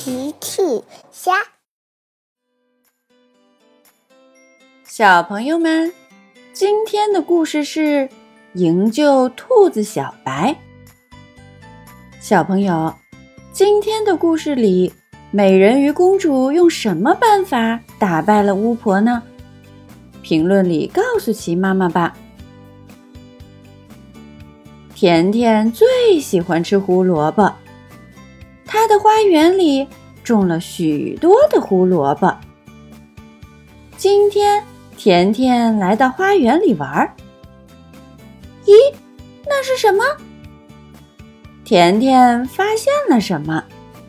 奇趣虾。 小朋友们，今天的故事是营救兔子小白。小朋友，今天的故事里，美人鱼公主用什么办法打败了巫婆呢？评论里告诉奇妈妈吧。甜甜最喜欢吃胡萝卜，她的花园里种了许多的胡萝卜。今天甜甜来到花园里玩。咦，那是什么？甜甜发现了什么？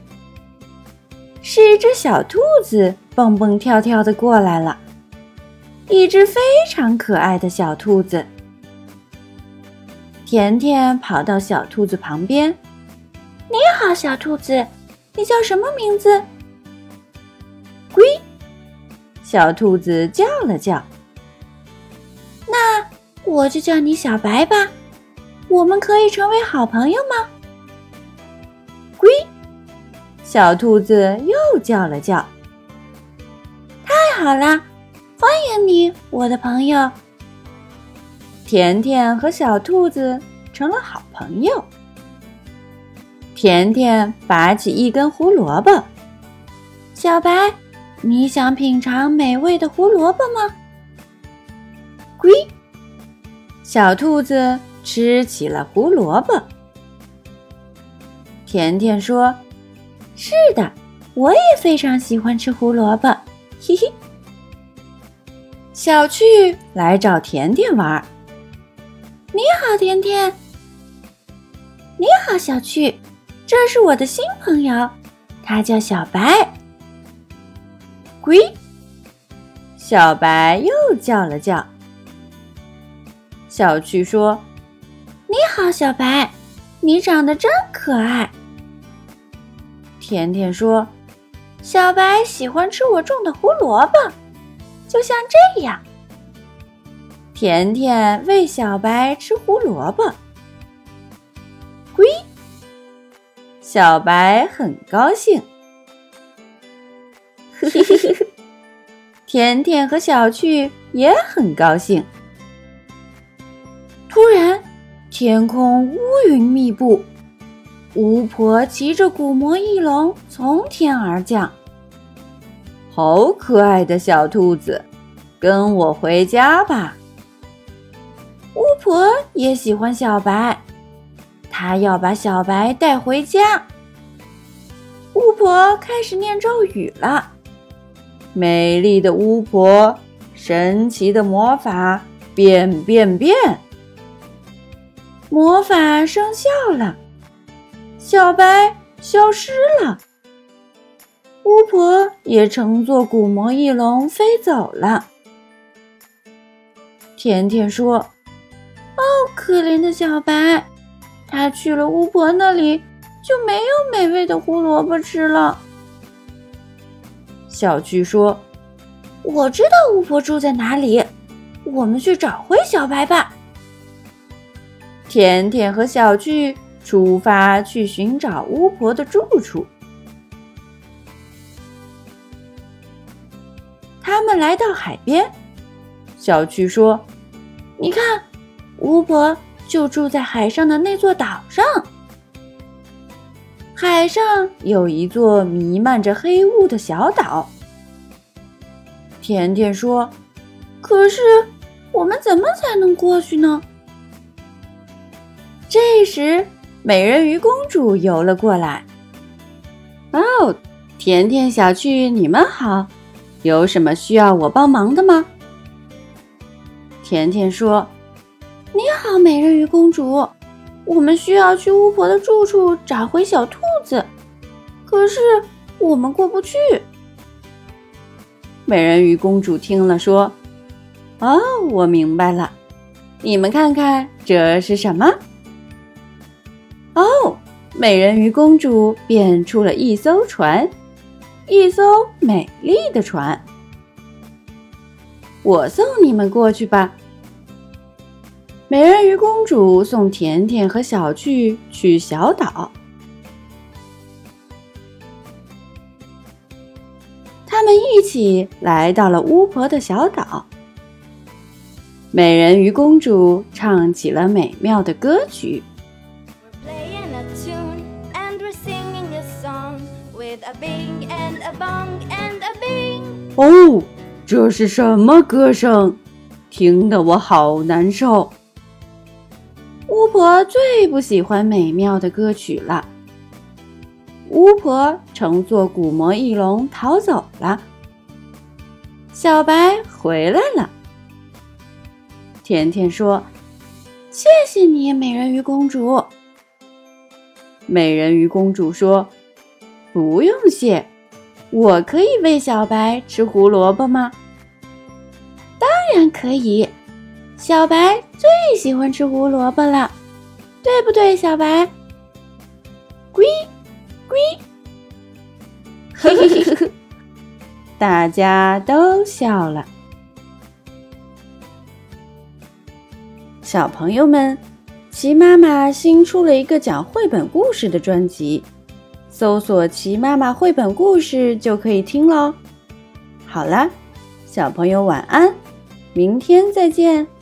是一只小兔子蹦蹦跳跳地过来了，一只非常可爱的小兔子。甜甜跑到小兔子旁边，你好，小兔子，你叫什么名字？龟，小兔子叫了叫。那我就叫你小白吧，我们可以成为好朋友吗？龟，小兔子又叫了叫。太好啦，欢迎你，我的朋友。甜甜和小兔子成了好朋友。甜甜拔起一根胡萝卜，小白，你想品尝美味的胡萝卜吗？龟，小兔子吃起了胡萝卜。甜甜说：是的，我也非常喜欢吃胡萝卜，嘿嘿。小趣来找甜甜玩。你好，甜甜。你好，小趣，这是我的新朋友，他叫小白。龟，小白又叫了叫。小趣说：你好，小白，你长得真可爱。甜甜说：小白喜欢吃我种的胡萝卜，就像这样。甜甜喂小白吃胡萝卜。龟，小白很高兴。甜甜和小趣也很高兴。突然，天空乌云密布，巫婆骑着古魔翼龙从天而降。好可爱的小兔子，跟我回家吧。巫婆也喜欢小白，她要把小白带回家。巫婆开始念咒语了。美丽的巫婆，神奇的魔法，变变变！魔法生效了，小白消失了。巫婆也乘坐古魔翼龙飞走了。甜甜说：哦，可怜的小白，他去了巫婆那里，就没有美味的胡萝卜吃了。小趣说：我知道巫婆住在哪里，我们去找回小白吧。甜甜和小趣出发去寻找巫婆的住处。他们来到海边，小趣说：你看，巫婆就住在海上的那座岛上。海上有一座弥漫着黑雾的小岛。甜甜说：可是我们怎么才能过去呢？这时美人鱼公主游了过来。哦，甜甜小趣，你们好，有什么需要我帮忙的吗？甜甜说：你好，美人鱼公主，我们需要去巫婆的住处找回小兔子，可是我们过不去。美人鱼公主听了说：哦，我明白了，你们看看这是什么？哦，美人鱼公主变出了一艘船，一艘美丽的船。我送你们过去吧。美人鱼公主送甜甜和小趣去小岛。 们一起来到了巫婆的小岛。美人鱼公主唱起了美妙的歌曲。哦，这是什么歌声？听得我好难受。巫婆最不喜欢美妙的歌曲了。巫婆乘坐古魔翼龙逃走了。小白回来了。甜甜说：“谢谢你，美人鱼公主。”美人鱼公主说：“不用谢，我可以喂小白吃胡萝卜吗？”“当然可以，小白最喜欢吃胡萝卜了，对不对，小白？”“龟龟。”嘿嘿嘿嘿，大家都笑了。小朋友们，奇妈妈新出了一个讲绘本故事的专辑，搜索奇妈妈绘本故事就可以听咯。好啦，小朋友晚安，明天再见。